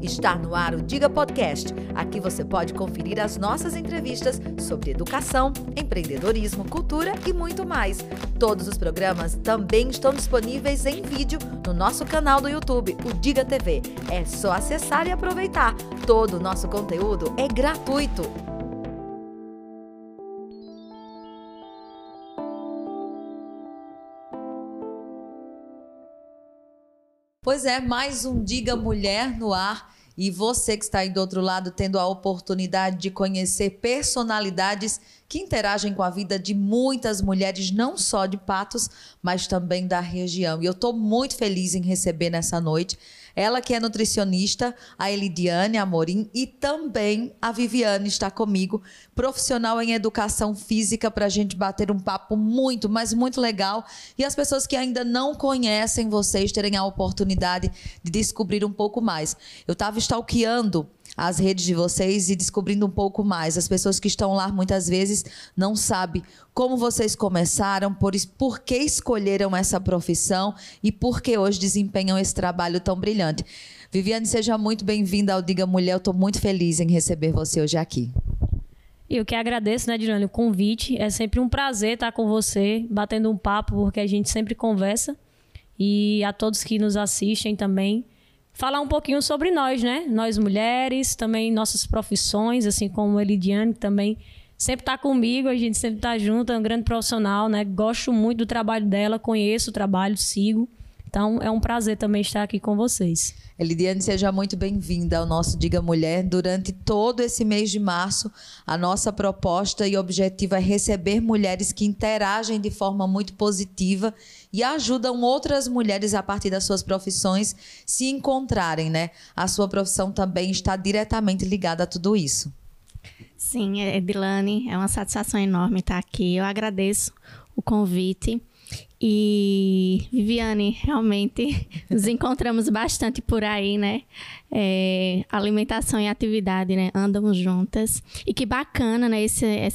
Está no ar o Diga Podcast. Aqui você pode conferir as nossas entrevistas sobre educação, empreendedorismo, cultura e muito mais. Todos os programas também estão disponíveis em vídeo no nosso canal do YouTube, o Diga TV. É só acessar e aproveitar. Todo o nosso conteúdo é gratuito. Pois é, mais um Diga Mulher no ar. E você que está aí do outro lado tendo a oportunidade de conhecer personalidades que interagem com a vida de muitas mulheres, não só de Patos, mas também da região. E eu estou muito feliz em receber nessa noite ela que é nutricionista, a Elidiane Amorim, e também a Viviane está comigo, profissional em educação física, para a gente bater um papo muito, mas muito legal. E as pessoas que ainda não conhecem vocês terem a oportunidade de descobrir um pouco mais. Eu estava stalkeando as redes de vocês e descobrindo um pouco mais. As pessoas que estão lá muitas vezes não sabem como vocês começaram, por que escolheram essa profissão e por que hoje desempenham esse trabalho tão brilhante. Viviane, seja muito bem-vinda ao Diga Mulher. Eu estou muito feliz em receber você hoje aqui. Eu que agradeço, né, Dilane, o convite. É sempre um prazer estar com você, batendo um papo, porque a gente sempre conversa. E a todos que nos assistem também, falar um pouquinho sobre nós, né? Nós mulheres, também nossas profissões, assim como a Elidiane, que também sempre está comigo, a gente sempre está junto, é um grande profissional, né? Gosto muito do trabalho dela, conheço o trabalho, sigo. Então, é um prazer também estar aqui com vocês. Elidiane, seja muito bem-vinda ao nosso Diga Mulher. Durante todo esse mês de março, a nossa proposta e objetivo é receber mulheres que interagem de forma muito positiva e ajudam outras mulheres a partir das suas profissões se encontrarem, né? A sua profissão também está diretamente ligada a tudo isso. Sim, Edilane, é uma satisfação enorme estar aqui. Eu agradeço o convite. E, Viviane, realmente nos encontramos bastante por aí, né? Alimentação e atividade, né? Andamos juntas. E que bacana, né?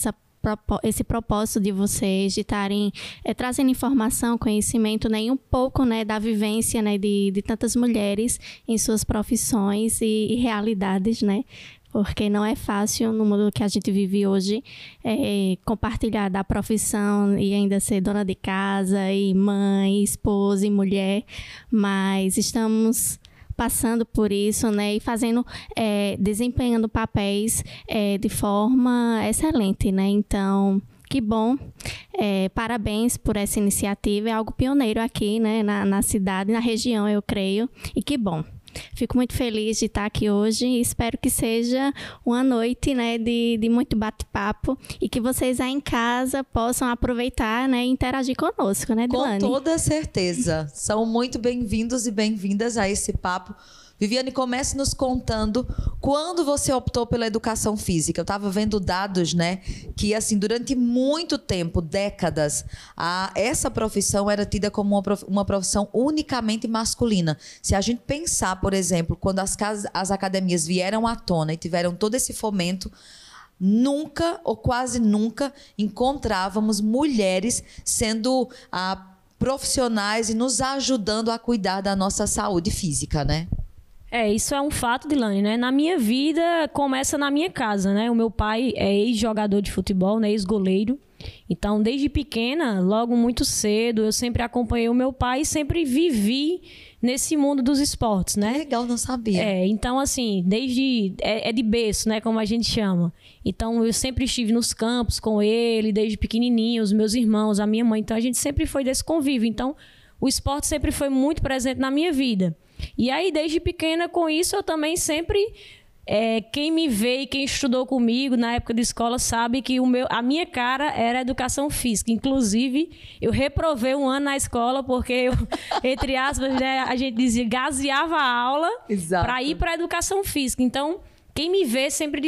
Esse propósito de vocês de estarem trazendo informação, conhecimento, né? E um pouco, né, da vivência, né, de tantas mulheres em suas profissões e realidades, né? Porque não é fácil no mundo que a gente vive hoje compartilhar da profissão e ainda ser dona de casa e mãe, esposa e mulher, mas estamos passando por isso, né, e fazendo, desempenhando papéis de forma excelente, né? Então, que bom, parabéns por essa iniciativa, é algo pioneiro aqui, né, na cidade, na região, eu creio, e que bom. Fico muito feliz de estar aqui hoje e espero que seja uma noite, né, de muito bate-papo e que vocês aí em casa possam aproveitar, né, e interagir conosco, né, Dilane? Com toda certeza. São muito bem-vindos e bem-vindas a esse papo. Viviane, comece nos contando quando você optou pela educação física. Eu estava vendo dados, né, que assim, durante muito tempo, décadas, essa profissão era tida como uma profissão unicamente masculina. Se a gente pensar, por exemplo, quando as academias vieram à tona e tiveram todo esse fomento, nunca ou quase nunca encontrávamos mulheres sendo profissionais e nos ajudando a cuidar da nossa saúde física, né? Isso é um fato, Dilane, né? Na minha vida, começa na minha casa, né? O meu pai é ex-jogador de futebol, né? Ex-goleiro. Então, desde pequena, logo muito cedo, eu sempre acompanhei o meu pai e sempre vivi nesse mundo dos esportes, né? Legal, não sabia. Então, assim, desde... É de berço, né? Como a gente chama. Então, eu sempre estive nos campos com ele, desde pequenininho, os meus irmãos, a minha mãe. Então, a gente sempre foi desse convívio. Então, o esporte sempre foi muito presente na minha vida. E aí, desde pequena, com isso, eu também sempre... quem me vê e quem estudou comigo na época de escola sabe que a minha cara era educação física. Inclusive, eu reprovei um ano na escola porque eu, entre aspas, né, a gente dizia, gaseava a aula para ir para a educação física. Então, quem me vê sempre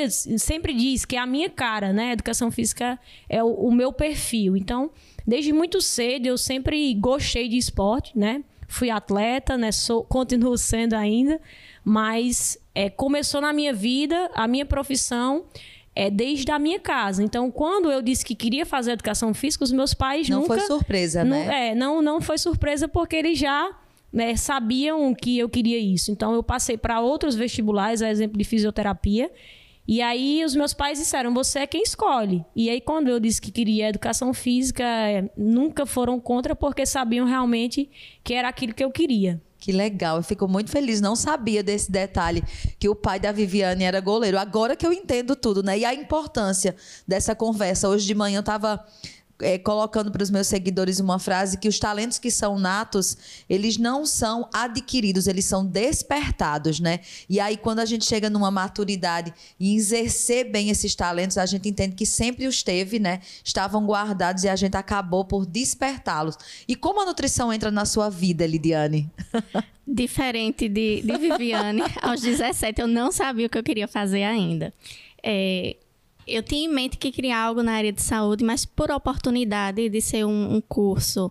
diz que é a minha cara, né? Educação física é o meu perfil. Então, desde muito cedo, eu sempre gostei de esporte, né? Fui atleta, né? Continuo sendo ainda, mas começou na minha vida, a minha profissão, desde a minha casa. Então, quando eu disse que queria fazer educação física, os meus pais nunca... Não foi surpresa, né? Não foi surpresa porque eles já né, sabiam que eu queria isso. Então, eu passei para outros vestibulares, a exemplo de fisioterapia. E aí, os meus pais disseram, você é quem escolhe. E aí, quando eu disse que queria educação física, nunca foram contra, porque sabiam realmente que era aquilo que eu queria. Que legal, eu fico muito feliz. Não sabia desse detalhe, que o pai da Viviane era goleiro. Agora que eu entendo tudo, né? E a importância dessa conversa. Hoje de manhã eu estava colocando para os meus seguidores uma frase que os talentos que são natos, eles não são adquiridos, eles são despertados, né? E aí, quando a gente chega numa maturidade e exercer bem esses talentos, a gente entende que sempre os teve, né? Estavam guardados e a gente acabou por despertá-los. E como a nutrição entra na sua vida, Lidiane? Diferente de Viviane, aos 17 eu não sabia o que eu queria fazer ainda. Eu tinha em mente que queria algo na área de saúde, mas por oportunidade de ser um curso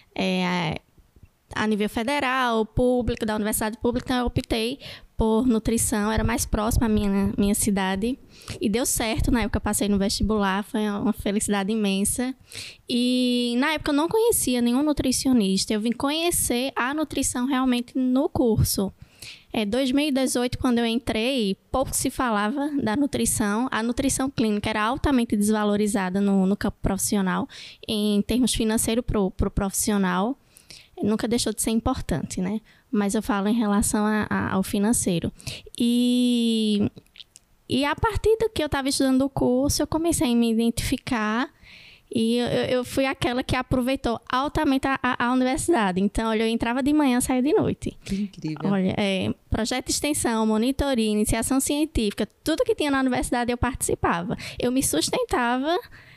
a nível federal, público, da universidade pública, então eu optei por nutrição, era mais próximo à minha cidade. E deu certo, na época eu passei no vestibular, foi uma felicidade imensa. E na época eu não conhecia nenhum nutricionista, eu vim conhecer a nutrição realmente no curso. 2018, quando eu entrei, pouco se falava da nutrição. A nutrição clínica era altamente desvalorizada no campo profissional, em termos financeiros para o profissional. Nunca deixou de ser importante, né? Mas eu falo em relação ao financeiro. E a partir do que eu estava estudando o curso, eu comecei a me identificar. E eu fui aquela que aproveitou altamente a universidade. Então, olha, eu entrava de manhã, saía de noite. Que incrível. Olha, projeto de extensão, monitoria, iniciação científica, tudo que tinha na universidade eu participava. Eu me sustentava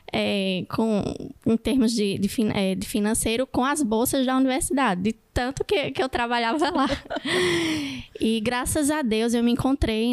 em termos de financeiro com as bolsas da universidade, de tanto que eu trabalhava lá. E graças a Deus eu me encontrei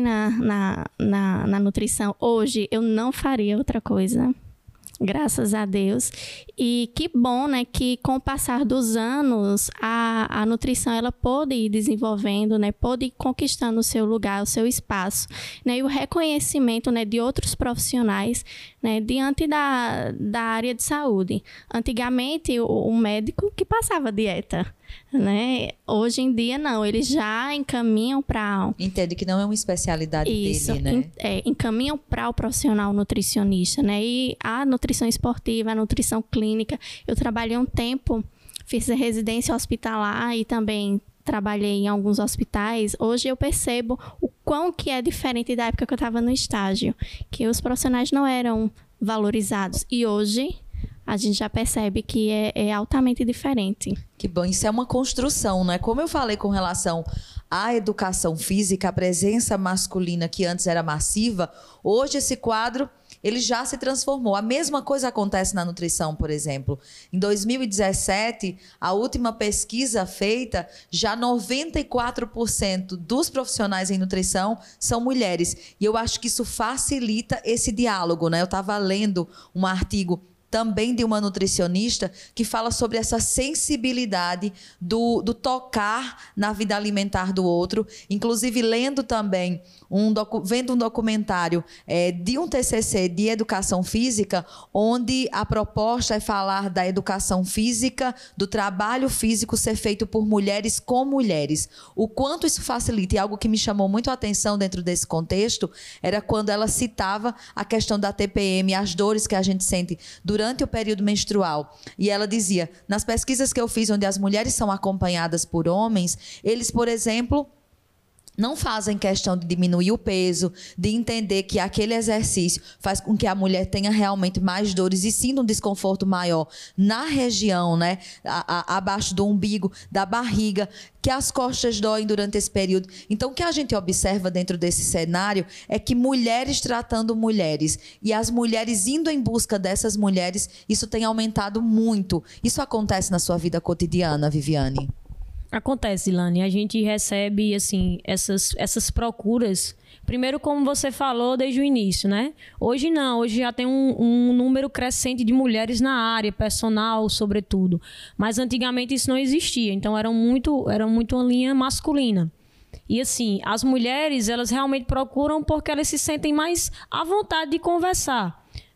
na nutrição. Hoje eu não faria outra coisa. Graças a Deus. E que bom, né, que com o passar dos anos, a nutrição, ela pôde ir desenvolvendo, né, pôde ir conquistando o seu lugar, o seu espaço, né, e o reconhecimento, né, de outros profissionais, né, diante da área de saúde. Antigamente, o médico que passava dieta, né? Hoje em dia, não. Eles já encaminham para... Entende que não é uma especialidade dele, né? Encaminham para o profissional nutricionista, né? E a nutrição esportiva, a nutrição clínica. Eu trabalhei um tempo, fiz a residência hospitalar e também trabalhei em alguns hospitais. Hoje eu percebo o quão que é diferente da época que eu estava no estágio, que os profissionais não eram valorizados. E hoje a gente já percebe que é altamente diferente. Que bom, isso é uma construção, né? Como eu falei com relação à educação física, a presença masculina que antes era massiva, hoje esse quadro ele já se transformou. A mesma coisa acontece na nutrição, por exemplo. Em 2017, a última pesquisa feita, já 94% dos profissionais em nutrição são mulheres. E eu acho que isso facilita esse diálogo, né? Eu estava lendo um artigo também de uma nutricionista que fala sobre essa sensibilidade do tocar na vida alimentar do outro. Inclusive, lendo também, vendo um documentário de um TCC de educação física, onde a proposta é falar da educação física, do trabalho físico ser feito por mulheres com mulheres. O quanto isso facilita, e algo que me chamou muito a atenção dentro desse contexto, era quando ela citava a questão da TPM, as dores que a gente sente durante o período menstrual. E ela dizia, nas pesquisas que eu fiz, onde as mulheres são acompanhadas por homens, eles, por exemplo, não fazem questão de diminuir o peso, de entender que aquele exercício faz com que a mulher tenha realmente mais dores e sinta um desconforto maior na região, né, abaixo do umbigo, da barriga, que as costas doem durante esse período. Então, o que a gente observa dentro desse cenário é que mulheres tratando mulheres e as mulheres indo em busca dessas mulheres, isso tem aumentado muito. Isso acontece na sua vida cotidiana, Viviane? Acontece, Ilane. A gente recebe assim, essas procuras. Primeiro, como você falou desde o início, né? Hoje não, hoje já tem um número crescente de mulheres na área, personal, sobretudo. Mas antigamente isso não existia, então era muito uma linha masculina. E assim, as mulheres, elas realmente procuram porque elas se sentem mais à vontade de conversar,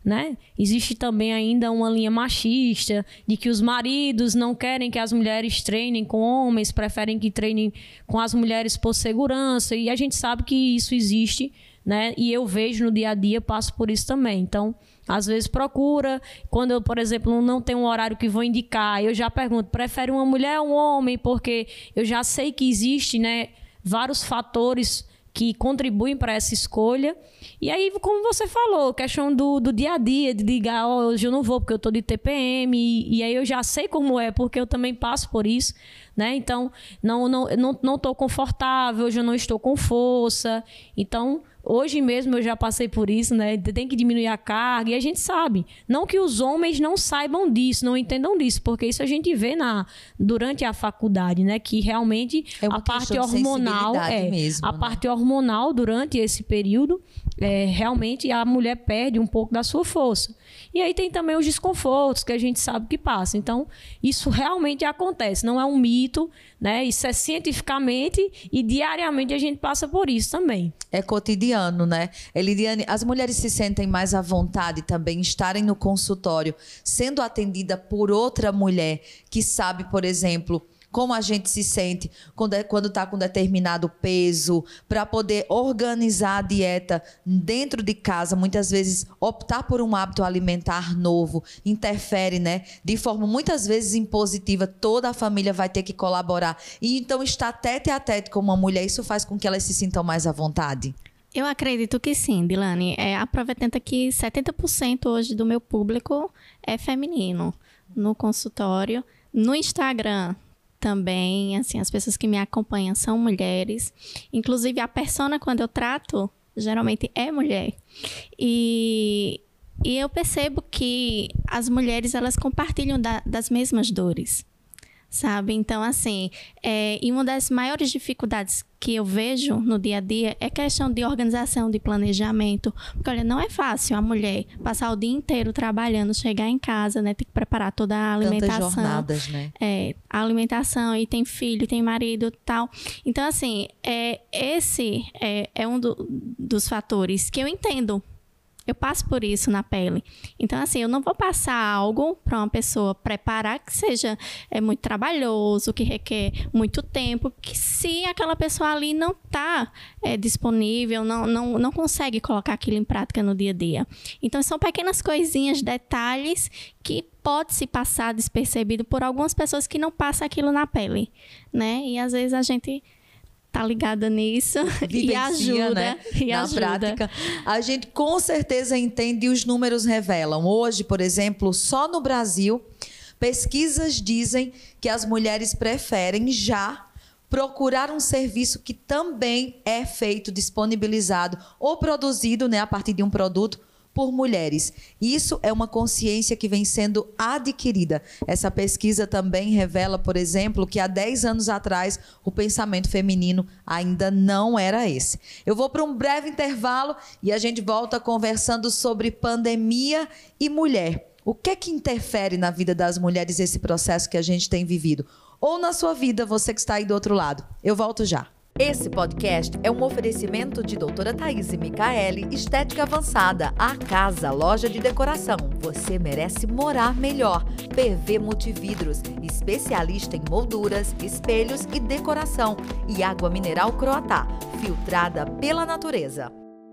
né? Existe também ainda uma linha machista de que os maridos não querem que as mulheres treinem com homens, preferem que treinem com as mulheres por segurança, e a gente sabe que isso existe, né? E eu vejo no dia a dia, passo por isso também. Então, às vezes procura, quando eu, por exemplo, não tenho um horário que vou indicar, eu já pergunto, prefere uma mulher ou um homem? Porque eu já sei que existe, né, vários fatores que contribuem para essa escolha. E aí, como você falou, questão do dia a dia, de ligar, hoje eu não vou porque eu estou de TPM, e aí eu já sei como é, porque eu também passo por isso, né? Então, não estou confortável, hoje eu não estou com força. Então, hoje mesmo eu já passei por isso, né? Tem que diminuir a carga, e a gente sabe. Não que os homens não saibam disso, não entendam disso, porque isso a gente vê durante a faculdade, né? Que realmente a parte hormonal mesmo, né? Parte hormonal durante esse período, realmente a mulher perde um pouco da sua força. E aí tem também os desconfortos que a gente sabe que passa. Então, isso realmente acontece, não é um mito, né? Isso é cientificamente, e diariamente a gente passa por isso também. É cotidiano, né? Elidiane, as mulheres se sentem mais à vontade também em estarem no consultório, sendo atendida por outra mulher que sabe, por exemplo, como a gente se sente quando está com determinado peso, para poder organizar a dieta dentro de casa. Muitas vezes, optar por um hábito alimentar novo interfere, né? De forma muitas vezes impositiva, toda a família vai ter que colaborar. E então, estar tete a tete com uma mulher, isso faz com que elas se sintam mais à vontade? Eu acredito que sim, Dilane. Aproveitando que 70% hoje do meu público é feminino no consultório. No Instagram também, assim, as pessoas que me acompanham são mulheres. Inclusive, a persona, quando eu trato, geralmente é mulher. E eu percebo que as mulheres, elas compartilham das mesmas dores, sabe? Então, assim, e uma das maiores dificuldades que eu vejo no dia a dia é questão de organização, de planejamento. Porque, olha, não é fácil a mulher passar o dia inteiro trabalhando, chegar em casa, né? Ter que preparar toda a alimentação. Tantas jornadas, né? A alimentação, e tem filho, tem marido e tal. Então, assim, esse é um dos fatores que eu entendo. Eu passo por isso na pele. Então, assim, eu não vou passar algo para uma pessoa preparar que seja muito trabalhoso, que requer muito tempo, que se aquela pessoa ali não está disponível, não consegue colocar aquilo em prática no dia a dia. Então, são pequenas coisinhas, detalhes que pode se passar despercebido por algumas pessoas que não passam aquilo na pele, né? E, às vezes, a gente tá ligada nisso e ajuda, né? Na prática, a gente com certeza entende e os números revelam. Hoje, por exemplo, só no Brasil, pesquisas dizem que as mulheres preferem já procurar um serviço que também é feito, disponibilizado ou produzido, né, a partir de um produto por mulheres. Isso é uma consciência que vem sendo adquirida. Essa pesquisa também revela, por exemplo, que há 10 anos atrás o pensamento feminino ainda não era esse. Eu vou para um breve intervalo e a gente volta conversando sobre pandemia e mulher. O que é que interfere na vida das mulheres esse processo que a gente tem vivido? Ou na sua vida, você que está aí do outro lado. Eu volto já. Esse podcast é um oferecimento de doutora Thaís Micaeli, Estética Avançada, a casa, loja de decoração. Você merece morar melhor. PV Multividros, especialista em molduras, espelhos e decoração. E água mineral Croatá, filtrada pela natureza.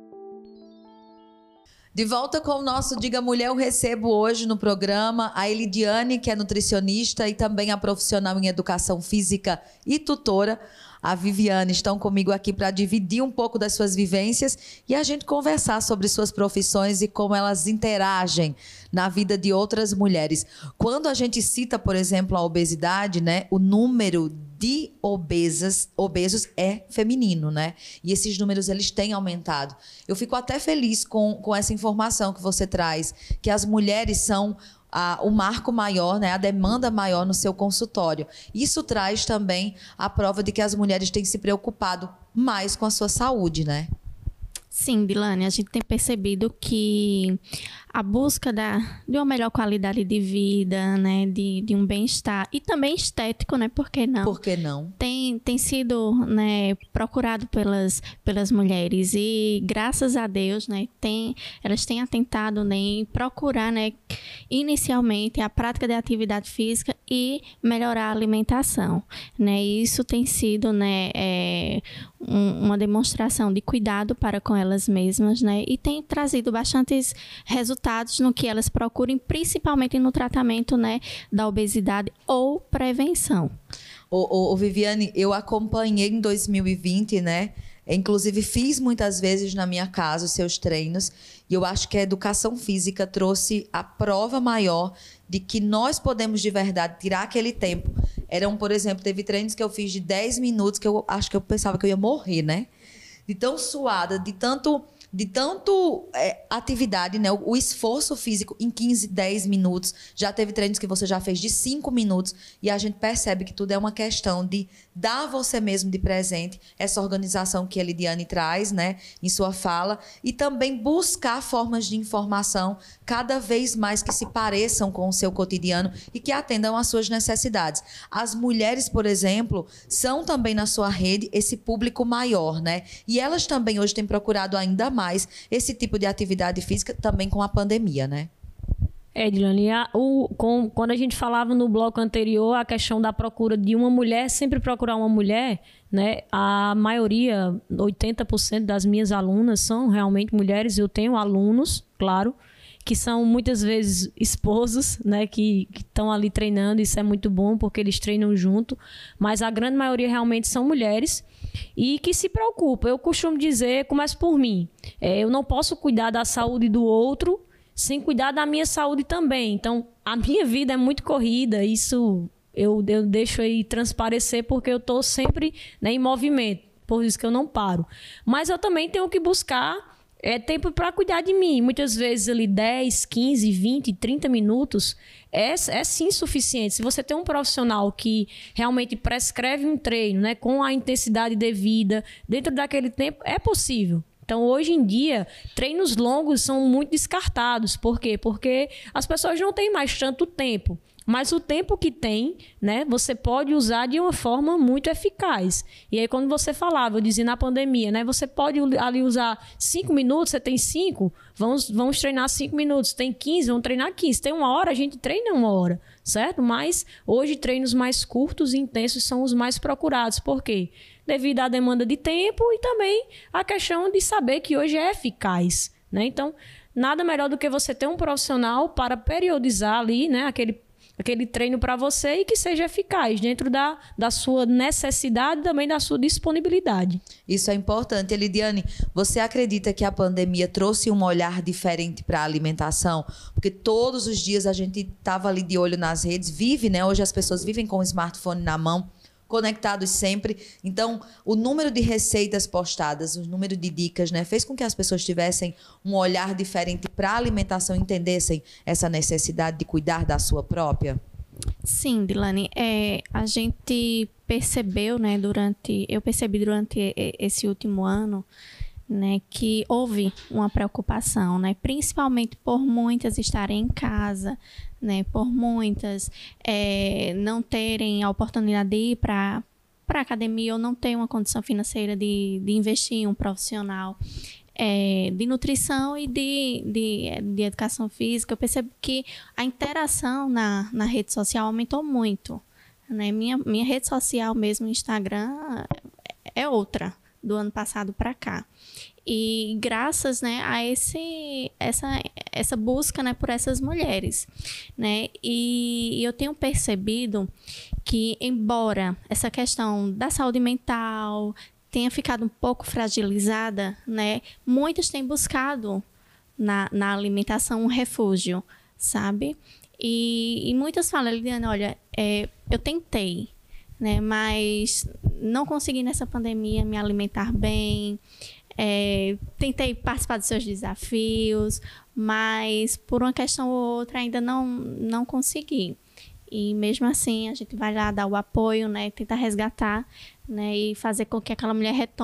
De volta com o nosso Diga Mulher, eu recebo hoje no programa a Elidiane, que é nutricionista e também a profissional em educação física e tutora. A Viviane estão comigo aqui para dividir um pouco das suas vivências e a gente conversar sobre suas profissões e como elas interagem na vida de outras mulheres. Quando a gente cita, por exemplo, a obesidade, né, o número de obesos é feminino, né? E esses números, eles têm aumentado. Eu fico até feliz com essa informação que você traz, que as mulheres são o marco maior, né, a demanda maior no seu consultório. Isso traz também a prova de que as mulheres têm se preocupado mais com a sua saúde, né? Sim, Dilane, a gente tem percebido que a busca de uma melhor qualidade de vida, né? De um bem-estar e também estético, né? Por que não? Por que não? Tem sido, né, procurado pelas mulheres e graças a Deus, né, elas têm atentado, né, em procurar, né, inicialmente a prática de atividade física e melhorar a alimentação, né? E isso tem sido, né, uma demonstração de cuidado para com elas mesmas, né? E tem trazido bastantes resultados no que elas procurem, principalmente no tratamento, né, da obesidade ou prevenção. Viviane, eu acompanhei em 2020, né? Inclusive, fiz muitas vezes na minha casa os seus treinos. E eu acho que a educação física trouxe a prova maior de que nós podemos, de verdade, tirar aquele tempo. Por exemplo, teve treinos que eu fiz de 10 minutos que eu acho que eu pensava que eu ia morrer, né? De tão suada, de tanto atividade, né? O esforço físico em 15, 10 minutos. Já teve treinos que você já fez de 5 minutos e a gente percebe que tudo é uma questão de dar você mesmo de presente essa organização que a Lidiane traz, né, em sua fala, e também buscar formas de informação cada vez mais que se pareçam com o seu cotidiano e que atendam às suas necessidades. As mulheres, por exemplo, são também na sua rede esse público maior, né? E elas também hoje têm procurado ainda mais esse tipo de atividade física também com a pandemia, né? Edilane, quando a gente falava no bloco anterior, a questão da procura de uma mulher, sempre procurar uma mulher, né? A maioria, 80% das minhas alunas são realmente mulheres. Eu tenho alunos, claro, que são muitas vezes esposos, né? Que estão ali treinando. Isso é muito bom porque eles treinam junto. Mas a grande maioria realmente são mulheres e que se preocupam. Eu costumo dizer, começo por mim. Eu não posso cuidar da saúde do outro sem cuidar da minha saúde também. Então, a minha vida é muito corrida, isso eu deixo aí transparecer porque eu estou sempre, né, em movimento, por isso que eu não paro. Mas eu também tenho que buscar tempo para cuidar de mim. Muitas vezes ali 10, 15, 20, 30 minutos é sim suficiente. Se você tem um profissional que realmente prescreve um treino, né, com a intensidade devida, dentro daquele tempo, é possível. Então, hoje em dia, treinos longos são muito descartados. Por quê? Porque as pessoas não têm mais tanto tempo. Mas o tempo que tem, né, você pode usar de uma forma muito eficaz. E aí, quando você falava, eu dizia na pandemia, né, você pode ali usar 5 minutos, você tem 5, vamos treinar 5 minutos. Tem 15, vamos treinar 15. Tem 1 hora, a gente treina 1 hora, certo? Mas hoje, treinos mais curtos e intensos são os mais procurados. Por quê? Devido à demanda de tempo e também a questão de saber que hoje é eficaz, né? Então, nada melhor do que você ter um profissional para periodizar ali, né, aquele treino para você e que seja eficaz dentro da sua necessidade e também da sua disponibilidade. Isso é importante. Lidiane, você acredita que a pandemia trouxe um olhar diferente para a alimentação? Porque todos os dias a gente estava ali de olho nas redes, vive, né? Hoje as pessoas vivem com o smartphone na mão, conectados sempre. Então, o número de receitas postadas, o número de dicas, né, fez com que as pessoas tivessem um olhar diferente para a alimentação, entendessem essa necessidade de cuidar da sua própria? Sim, Dilane. A gente percebeu, né, eu percebi durante esse último ano, né, que houve uma preocupação, né, principalmente por muitas estarem em casa, né, por muitas não terem a oportunidade de ir para a academia ou não ter uma condição financeira de investir em um profissional de nutrição e de educação física. Eu percebo que a interação na rede social aumentou muito, né? Minha rede social mesmo, Instagram, é outra do ano passado para cá. E graças, né, a essa busca, né, por essas mulheres, né? E eu tenho percebido que, embora essa questão da saúde mental tenha ficado um pouco fragilizada, né, muitas têm buscado na alimentação um refúgio, sabe? E muitas falam, Lidiane, olha, eu tentei, né, mas não consegui nessa pandemia me alimentar bem. Tentei participar dos seus desafios, mas por uma questão ou outra ainda não consegui. E mesmo assim a gente vai lá dar o apoio, né, tentar resgatar, né, e fazer com que aquela mulher retome,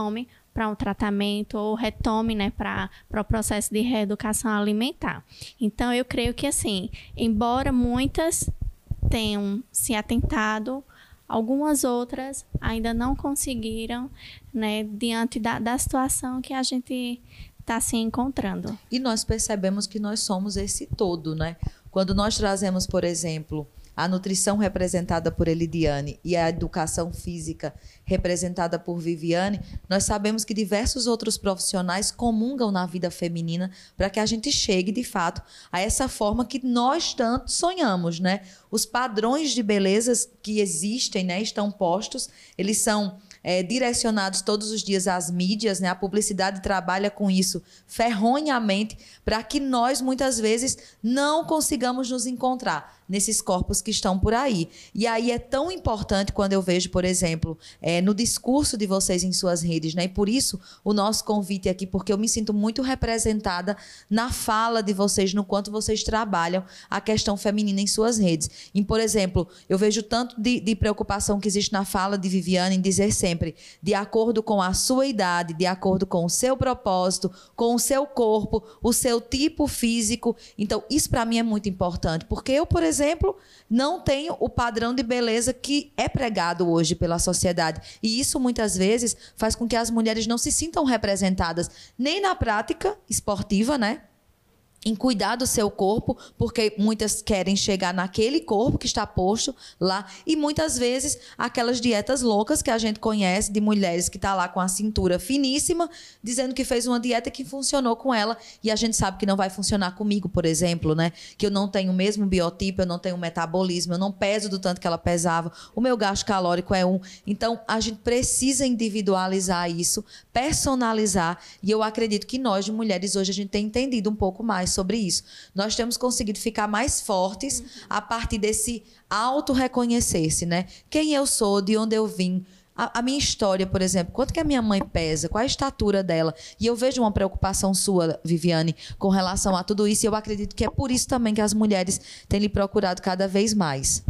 para um tratamento ou retome, né, para o processo de reeducação alimentar. Então, eu creio que, assim, embora muitas tenham se atentado, algumas outras ainda não conseguiram, né, diante da situação que a gente está se encontrando. E nós percebemos que nós somos esse todo, né? Quando nós trazemos, por exemplo, a nutrição representada por Elidiane e a educação física representada por Viviane, nós sabemos que diversos outros profissionais comungam na vida feminina para que a gente chegue, de fato, a essa forma que nós tanto sonhamos, né? Os padrões de beleza que existem, né, estão postos, eles são direcionados todos os dias às mídias, né? A publicidade trabalha com isso ferronhamente para que nós, muitas vezes, não consigamos nos encontrar nesses corpos que estão por aí. E aí é tão importante quando eu vejo, por exemplo, no discurso de vocês em suas redes, né? E por isso o nosso convite aqui, porque eu me sinto muito representada na fala de vocês, no quanto vocês trabalham a questão feminina em suas redes. E, por exemplo, eu vejo tanto de preocupação que existe na fala de Viviane em dizer sempre, de acordo com a sua idade, de acordo com o seu propósito, com o seu corpo, o seu tipo físico. Então, isso para mim é muito importante, porque eu, por exemplo, não tenho o padrão de beleza que é pregado hoje pela sociedade. E isso, muitas vezes, faz com que as mulheres não se sintam representadas nem na prática esportiva, né? Em cuidar do seu corpo, porque muitas querem chegar naquele corpo que está posto lá, e muitas vezes aquelas dietas loucas que a gente conhece de mulheres que estão lá com a cintura finíssima, dizendo que fez uma dieta que funcionou com ela, e a gente sabe que não vai funcionar comigo, por exemplo, né? Que eu não tenho o mesmo biotipo, eu não tenho o metabolismo, eu não peso do tanto que ela pesava, o meu gasto calórico é 1. Então, a gente precisa individualizar isso, personalizar, e eu acredito que nós, de mulheres, hoje a gente tem entendido um pouco mais sobre isso. Nós temos conseguido ficar mais fortes a partir desse auto-reconhecer-se, né? Quem eu sou, de onde eu vim, a minha história, por exemplo, quanto que a minha mãe pesa, qual a estatura dela. E eu vejo uma preocupação sua, Viviane, com relação a tudo isso, e eu acredito que é por isso também que as mulheres têm lhe procurado cada vez mais.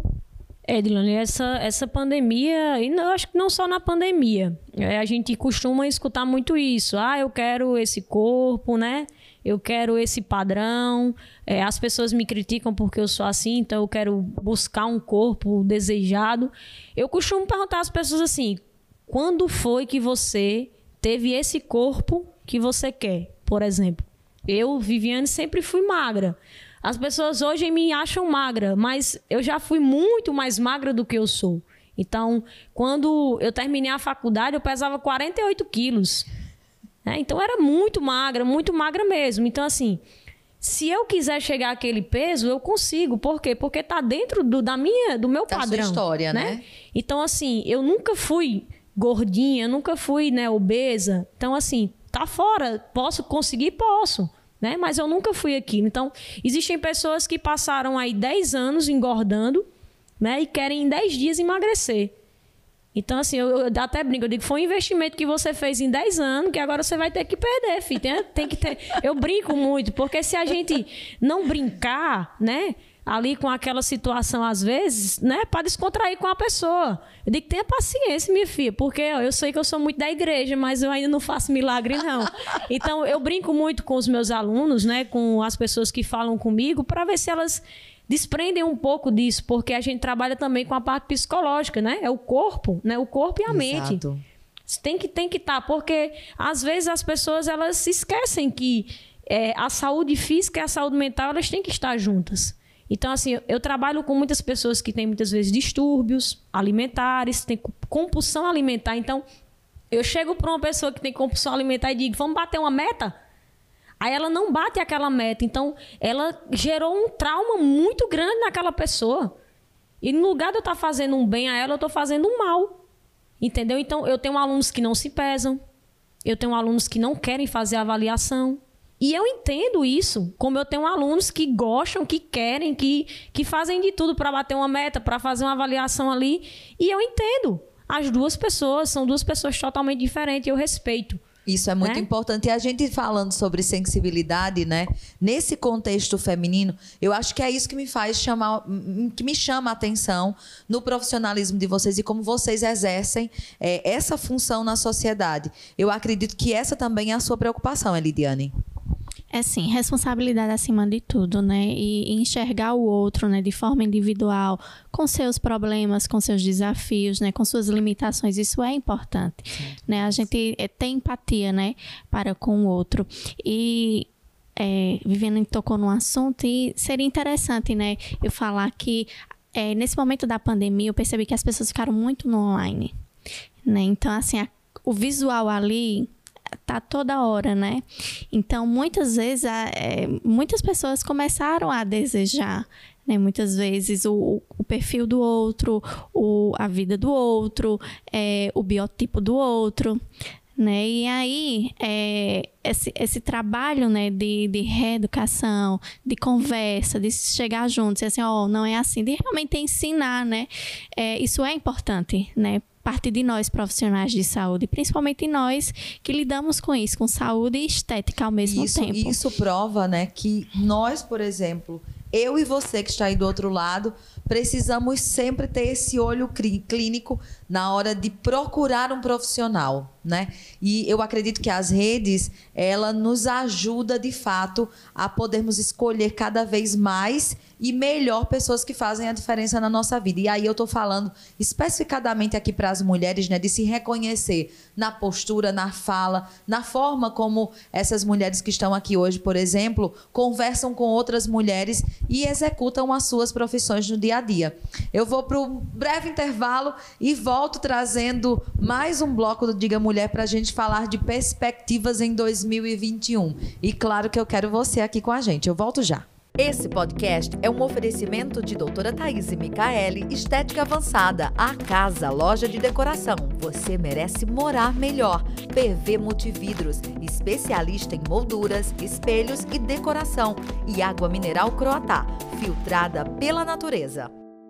Edilane, essa pandemia, e eu acho que não só na pandemia, a gente costuma escutar muito isso. Eu quero esse corpo, né? Eu quero esse padrão. As pessoas me criticam porque eu sou assim, então eu quero buscar um corpo desejado. Eu costumo perguntar às pessoas assim, quando foi que você teve esse corpo que você quer? Por exemplo, eu, Viviane, sempre fui magra. As pessoas hoje me acham magra, mas eu já fui muito mais magra do que eu sou. Então, quando eu terminei a faculdade, eu pesava 48 quilos. Então, eu era muito magra mesmo. Então, assim, se eu quiser chegar àquele peso, eu consigo. Por quê? Porque está dentro do meu padrão. Da sua história, né? Então, assim, eu nunca fui gordinha, nunca fui, né, obesa. Então, assim, tá fora. Posso conseguir? Posso. Né? Mas eu nunca fui aquilo. Então, existem pessoas que passaram aí 10 anos engordando, né? E querem em 10 dias emagrecer. Então, assim, eu até brinco, eu digo, foi um investimento que você fez em 10 anos, que agora você vai ter que perder, filho. Tem que ter... Eu brinco muito, porque se a gente não brincar, né? Ali com aquela situação, às vezes, né? Para descontrair com a pessoa. Eu digo, tenha paciência, minha filha, porque eu sei que eu sou muito da igreja, mas eu ainda não faço milagre, não. Então, eu brinco muito com os meus alunos, né? Com as pessoas que falam comigo, para ver se elas desprendem um pouco disso, porque a gente trabalha também com a parte psicológica, né? É o corpo, né? O corpo e a mente. Tem que estar, porque às vezes as pessoas elas se esquecem que a saúde física e a saúde mental elas têm que estar juntas. Então, assim, eu trabalho com muitas pessoas que têm muitas vezes distúrbios alimentares, têm compulsão alimentar. Então, eu chego para uma pessoa que tem compulsão alimentar e digo, vamos bater uma meta? Aí ela não bate aquela meta. Então, ela gerou um trauma muito grande naquela pessoa. E no lugar de eu estar fazendo um bem a ela, eu estou fazendo um mal. Entendeu? Então, eu tenho alunos que não se pesam. Eu tenho alunos que não querem fazer avaliação. E eu entendo isso, como eu tenho alunos que gostam, que querem, que fazem de tudo para bater uma meta, para fazer uma avaliação ali. E eu entendo. As duas pessoas são duas pessoas totalmente diferentes, eu respeito. Isso é muito né? importante. E a gente falando sobre sensibilidade, né? Nesse contexto feminino, eu acho que é isso que me chama a atenção no profissionalismo de vocês e como vocês exercem essa função na sociedade. Eu acredito que essa também é a sua preocupação, Elidiane. É sim, responsabilidade acima de tudo, né? E enxergar o outro, né, de forma individual, com seus problemas, com seus desafios, né, com suas limitações, isso é importante, né? A gente tem empatia, né, para com o outro. E Viviane tocou num assunto e seria interessante, né, eu falar que nesse momento da pandemia eu percebi que as pessoas ficaram muito no online, né? Então, assim, o visual ali tá toda hora, né? Então, muitas vezes, muitas pessoas começaram a desejar, né? Muitas vezes, o perfil do outro, a vida do outro, o biotipo do outro, né? E aí, esse trabalho, né, de reeducação, de conversa, de chegar juntos, e assim, não é assim, de realmente ensinar, né? Isso é importante, né? Parte de nós, profissionais de saúde, principalmente nós que lidamos com isso, com saúde e estética ao mesmo tempo. Isso prova, né, que nós, por exemplo, eu e você que está aí do outro lado, precisamos sempre ter esse olho clínico na hora de procurar um profissional, né? E eu acredito que as redes, ela nos ajuda, de fato, a podermos escolher cada vez mais e melhor pessoas que fazem a diferença na nossa vida. E aí eu estou falando especificadamente aqui para as mulheres, né, de se reconhecer na postura, na fala, na forma como essas mulheres que estão aqui hoje, por exemplo, conversam com outras mulheres e executam as suas profissões no dia a dia. Eu vou para um breve intervalo e volto trazendo mais um bloco do Diga Mulher para a gente falar de perspectivas em 2021. E claro que eu quero você aqui com a gente. Eu volto já. Esse podcast é um oferecimento de doutora Thaís Micaeli, Estética Avançada, a casa, loja de decoração. Você merece morar melhor. PV Multividros, especialista em molduras, espelhos e decoração. E água mineral Croatá, filtrada pela natureza.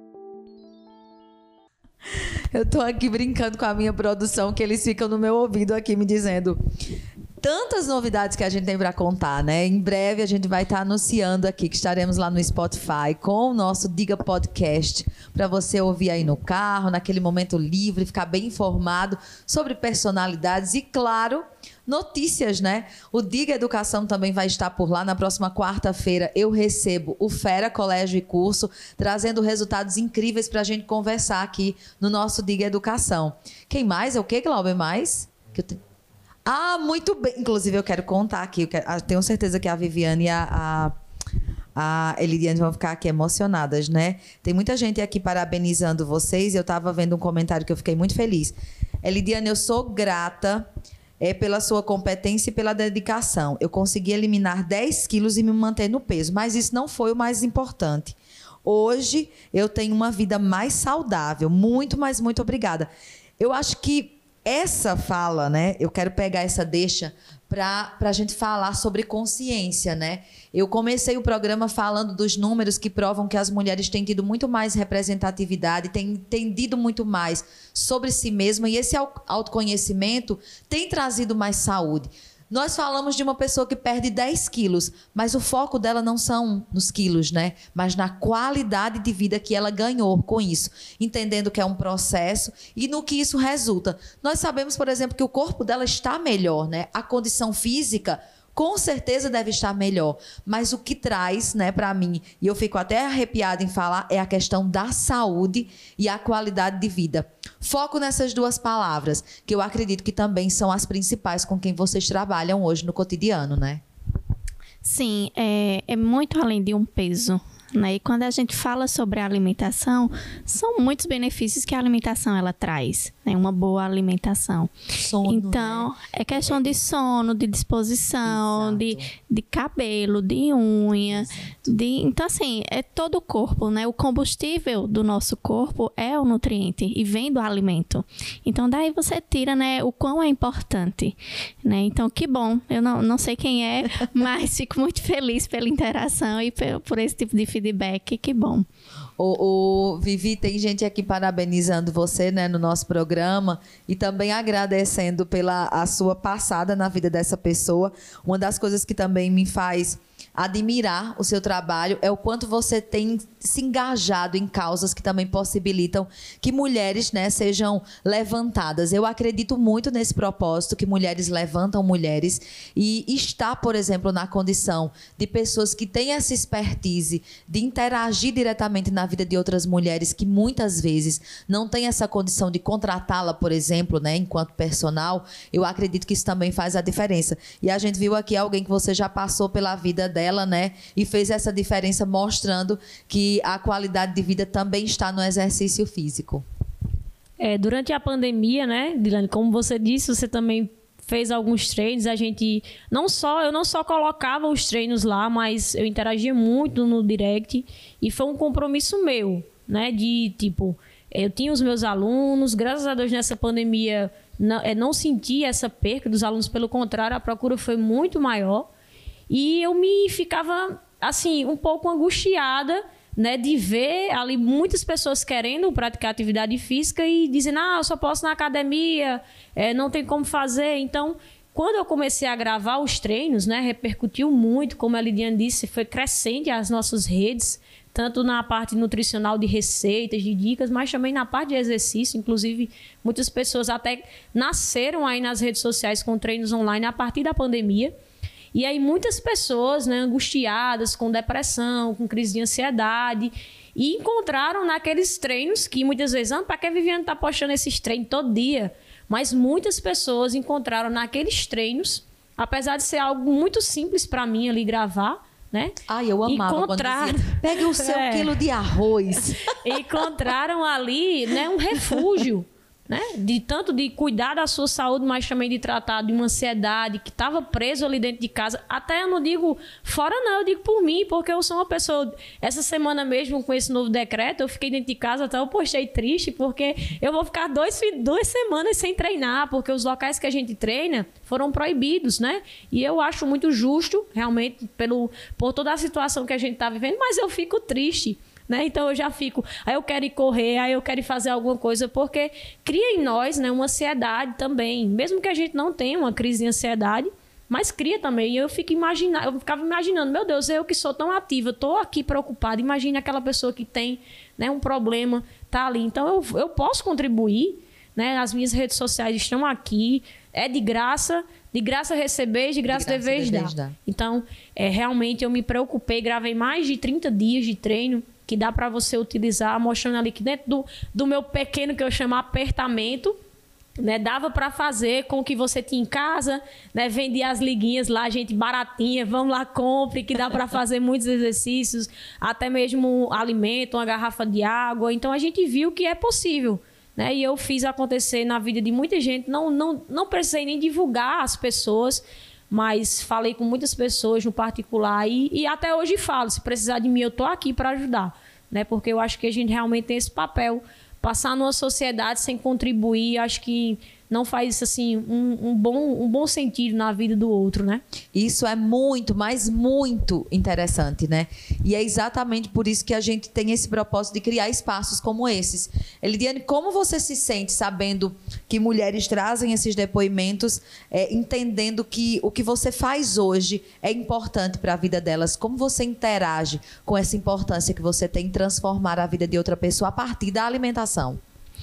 Eu tô aqui brincando com a minha produção, que eles ficam no meu ouvido aqui me dizendo... Tantas novidades que a gente tem para contar, né? Em breve a gente vai estar anunciando aqui que estaremos lá no Spotify com o nosso Diga Podcast para você ouvir aí no carro, naquele momento livre, ficar bem informado sobre personalidades e, claro, notícias, né? O Diga Educação também vai estar por lá. Na próxima quarta-feira eu recebo o Fera Colégio e Curso, trazendo resultados incríveis para a gente conversar aqui no nosso Diga Educação. Quem mais? É o que, Glauber? Mais? Muito bem. Inclusive, eu quero contar aqui. Tenho certeza que a Viviane e a Elidiane vão ficar aqui emocionadas, né? Tem muita gente aqui parabenizando vocês. Eu estava vendo um comentário que eu fiquei muito feliz. Elidiane, eu sou grata pela sua competência e pela dedicação. Eu consegui eliminar 10 quilos e me manter no peso, mas isso não foi o mais importante. Hoje, eu tenho uma vida mais saudável. Muito, mas muito obrigada. Eu acho que essa fala, né? Eu quero pegar essa deixa para a gente falar sobre consciência, né? Eu comecei o programa falando dos números que provam que as mulheres têm tido muito mais representatividade, têm entendido muito mais sobre si mesma e esse autoconhecimento tem trazido mais saúde. Nós falamos de uma pessoa que perde 10 quilos, mas o foco dela não são nos quilos, né? Mas na qualidade de vida que ela ganhou com isso, entendendo que é um processo e no que isso resulta. Nós sabemos, por exemplo, que o corpo dela está melhor, né? A condição física com certeza deve estar melhor, mas o que traz, né, para mim, e eu fico até arrepiada em falar, é a questão da saúde e a qualidade de vida. Foco nessas duas palavras, que eu acredito que também são as principais com quem vocês trabalham hoje no cotidiano, né? Sim, é muito além de um peso, né? E quando a gente fala sobre a alimentação, são muitos benefícios que a alimentação ela traz, né? Uma boa alimentação. Sono, então, né? É questão de sono, de disposição, de cabelo, de unha. Então, assim, é todo o corpo, né? O combustível do nosso corpo é o nutriente e vem do alimento. Então, daí você tira, né, o quão é importante, né? Então, que bom. Eu não sei quem é, mas fico muito feliz pela interação e por esse tipo de feedback feedback, que bom. Vivi, tem gente aqui parabenizando você, né, no nosso programa e também agradecendo pela a sua passada na vida dessa pessoa. Uma das coisas que também me faz admirar o seu trabalho é o quanto você tem se engajado em causas que também possibilitam que mulheres, né, sejam levantadas. Eu acredito muito nesse propósito, que mulheres levantam mulheres, e está, por exemplo, na condição de pessoas que têm essa expertise de interagir diretamente na vida de outras mulheres que muitas vezes não têm essa condição de contratá-la, por exemplo, né, enquanto personal. Eu acredito que isso também faz a diferença. E a gente viu aqui alguém que você já passou pela vida dela, né, e fez essa diferença, mostrando que a qualidade de vida também está no exercício físico. Durante a pandemia, né, Dilane, como você disse, você também fez alguns treinos. A gente eu não só colocava os treinos lá, mas eu interagia muito no direct, e foi um compromisso meu, né, de tipo, eu tinha os meus alunos, graças a Deus nessa pandemia não senti essa perca dos alunos, pelo contrário, a procura foi muito maior. E eu me ficava, assim, um pouco angustiada, né, de ver ali muitas pessoas querendo praticar atividade física e dizendo, eu só posso na academia, não tem como fazer. Então, quando eu comecei a gravar os treinos, né, repercutiu muito, como a Lidiane disse, foi crescente as nossas redes, tanto na parte nutricional de receitas, de dicas, mas também na parte de exercício. Inclusive, muitas pessoas até nasceram aí nas redes sociais com treinos online a partir da pandemia. E aí muitas pessoas, né, angustiadas, com depressão, com crise de ansiedade, e encontraram naqueles treinos que muitas vezes, para que a Viviane está postando esses treinos todo dia? Mas muitas pessoas encontraram naqueles treinos, apesar de ser algo muito simples para mim ali gravar, né? Eu amava quando dizia, pegue o seu quilo de arroz. Encontraram ali, né, um refúgio, né? Tanto de cuidar da sua saúde, mas também de tratar de uma ansiedade que estava preso ali dentro de casa. Até eu não digo fora, não, eu digo por mim, porque eu sou uma pessoa... Essa semana mesmo, com esse novo decreto, eu fiquei dentro de casa, até eu postei triste, porque eu vou ficar 2 semanas sem treinar, porque os locais que a gente treina foram proibidos, né? E eu acho muito justo, realmente, por toda a situação que a gente está vivendo, mas eu fico triste, né? Então eu já fico, aí eu quero ir correr, aí eu quero ir fazer alguma coisa, porque cria em nós, né, uma ansiedade também, mesmo que a gente não tenha uma crise de ansiedade, mas cria também. E eu ficava imaginando, meu Deus, eu que sou tão ativa, estou aqui preocupada, imagine aquela pessoa que tem, né, um problema, tá ali. Então eu posso contribuir, né? As minhas redes sociais estão aqui, é de graça receber, de graça deveis dar. Então realmente eu me preocupei, gravei mais de 30 dias de treino, que dá para você utilizar, mostrando ali que dentro do meu pequeno, que eu chamo apertamento, né, dava para fazer com o que você tinha em casa, né, vendia as liguinhas lá, gente baratinha, vamos lá, compre, que dá para fazer muitos exercícios, até mesmo alimento, uma garrafa de água. Então a gente viu que é possível, né, e eu fiz acontecer na vida de muita gente. Não precisei nem divulgar as pessoas, mas falei com muitas pessoas no particular e até hoje falo, se precisar de mim, eu estou aqui para ajudar, né? Porque eu acho que a gente realmente tem esse papel. Passar numa sociedade sem contribuir, acho que não faz assim, um bom sentido na vida do outro, né? Isso é muito, mas muito interessante, né? E é exatamente por isso que a gente tem esse propósito de criar espaços como esses. Elidiane, como você se sente sabendo que mulheres trazem esses depoimentos, entendendo que o que você faz hoje é importante para a vida delas? Como você interage com essa importância que você tem em transformar a vida de outra pessoa a partir da alimentação?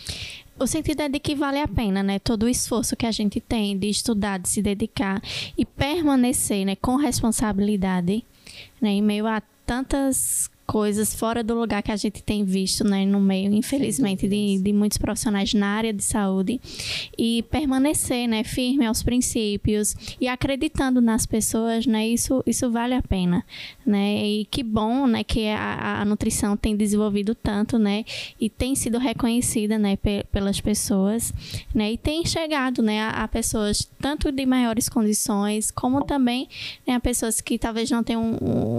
O sentido é de que vale a pena, né? Todo o esforço que a gente tem de estudar, de se dedicar e permanecer, né, com responsabilidade, né, em meio a tantas coisas fora do lugar que a gente tem visto, né, no meio, infelizmente, de muitos profissionais na área de saúde, e permanecer, né, firme aos princípios e acreditando nas pessoas, né, isso vale a pena, né, e que bom, né, que a nutrição tem desenvolvido tanto, né, e tem sido reconhecida, né, pelas pessoas, né, e tem chegado, né, a pessoas tanto de maiores condições, como também, né, a pessoas que talvez não tenham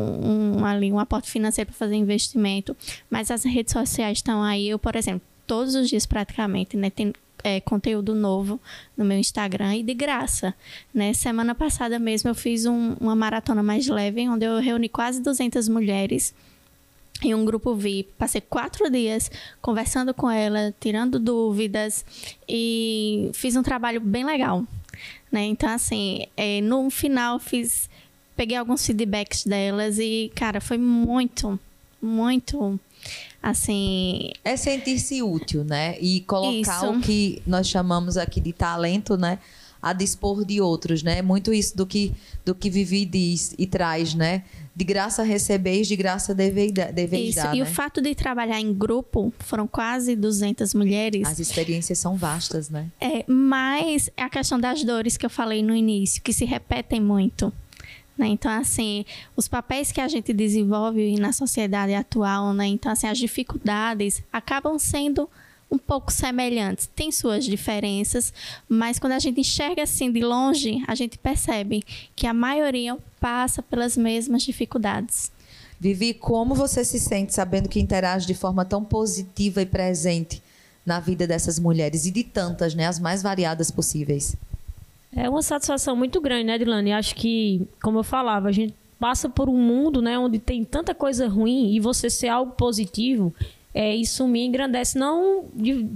um aporte financeiro para fazer investimento, mas as redes sociais estão aí. Eu, por exemplo, todos os dias praticamente, né, tem conteúdo novo no meu Instagram e de graça, né? Semana passada mesmo eu fiz uma maratona mais leve, onde eu reuni quase 200 mulheres em um grupo VIP. Passei 4 dias conversando com ela, tirando dúvidas e fiz um trabalho bem legal, né? Então, assim, no final peguei alguns feedbacks delas e, cara, foi muito, muito, assim... É sentir-se útil, né? E colocar Isso. o que nós chamamos aqui de talento, né? A dispor de outros, né? Muito isso do que Vivi diz e traz, né? De graça recebeis, de graça deveis Isso. dar, E né? o fato de trabalhar em grupo, foram quase 200 mulheres. As experiências são vastas, né? Mas é a questão das dores que eu falei no início, que se repetem muito, né? Então, assim, os papéis que a gente desenvolve na sociedade atual, né? Então, assim, as dificuldades acabam sendo um pouco semelhantes. Tem suas diferenças, mas quando a gente enxerga assim de longe, a gente percebe que a maioria passa pelas mesmas dificuldades. Vivi, como você se sente sabendo que interage de forma tão positiva e presente na vida dessas mulheres e de tantas, né? As mais variadas possíveis. É uma satisfação muito grande, né, Dilane? Acho que, como eu falava, a gente passa por um mundo, né, onde tem tanta coisa ruim e você ser algo positivo, isso me engrandece, não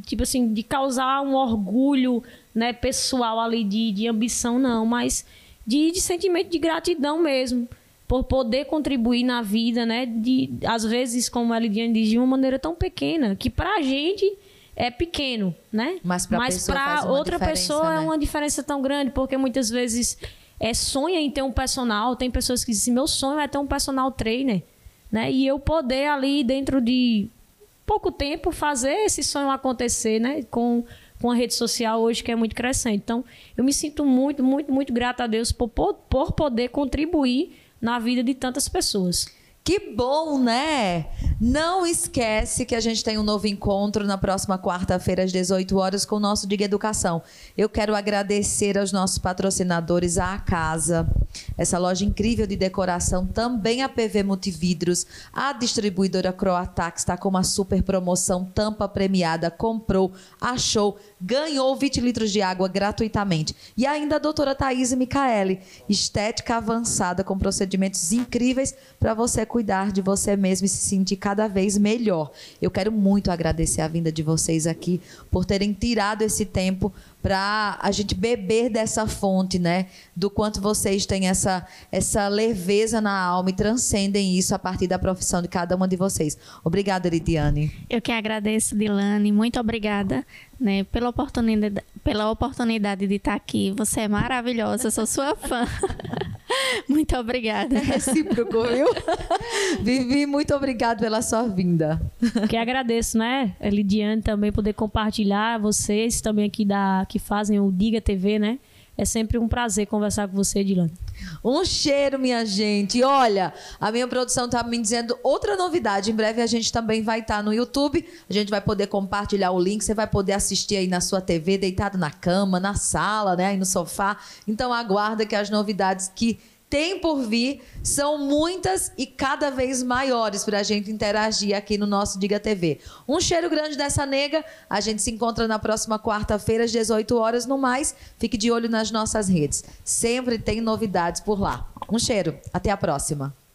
de causar um orgulho, né, pessoal ali de ambição, não, mas de sentimento de gratidão mesmo, por poder contribuir na vida, né, às vezes, como a Lidiane diz, de uma maneira tão pequena, que pra gente é pequeno, né? Mas pra outra pessoa, né? É uma diferença tão grande, porque muitas vezes sonha em ter um personal, tem pessoas que dizem, meu sonho é ter um personal trainer, né? E eu poder ali, dentro de pouco tempo, fazer esse sonho acontecer, né? Com a rede social hoje, que é muito crescente. Então, eu me sinto muito, muito, muito grata a Deus por poder contribuir na vida de tantas pessoas. Que bom, né? Não esquece que a gente tem um novo encontro na próxima quarta-feira, às 18 horas, com o nosso Diga Educação. Eu quero agradecer aos nossos patrocinadores, à Casa, essa loja incrível de decoração, também a PV Multividros, a distribuidora Croatax está com uma super promoção, tampa premiada, comprou, achou, ganhou 20 litros de água gratuitamente. E ainda a doutora Thaís Micaeli, estética avançada com procedimentos incríveis para você cuidar de você mesmo e se sentir cada vez melhor. Eu quero muito agradecer a vinda de vocês aqui por terem tirado esse tempo para a gente beber dessa fonte, né? Do quanto vocês têm essa leveza na alma e transcendem isso a partir da profissão de cada uma de vocês. Obrigada, Lidiane. Eu que agradeço, Dilane. Muito obrigada, né, pela oportunidade de estar aqui. Você é maravilhosa, eu sou sua fã. Muito obrigada. É recíproco, viu? Vivi, muito obrigada pela sua vinda. Que agradeço, né, Lidiane, também poder compartilhar, vocês também aqui que fazem o Diga TV, né? É sempre um prazer conversar com você, Dilane. Um cheiro, minha gente. Olha, a minha produção está me dizendo outra novidade. Em breve a gente também vai estar no YouTube. A gente vai poder compartilhar o link. Você vai poder assistir aí na sua TV, deitado na cama, na sala, né? Aí no sofá. Então aguarda que as novidades que tem por vir são muitas e cada vez maiores para a gente interagir aqui no nosso Diga TV. Um cheiro grande dessa nega. A gente se encontra na próxima quarta-feira, às 18 horas. No mais, fique de olho nas nossas redes. Sempre tem novidades por lá. Um cheiro. Até a próxima.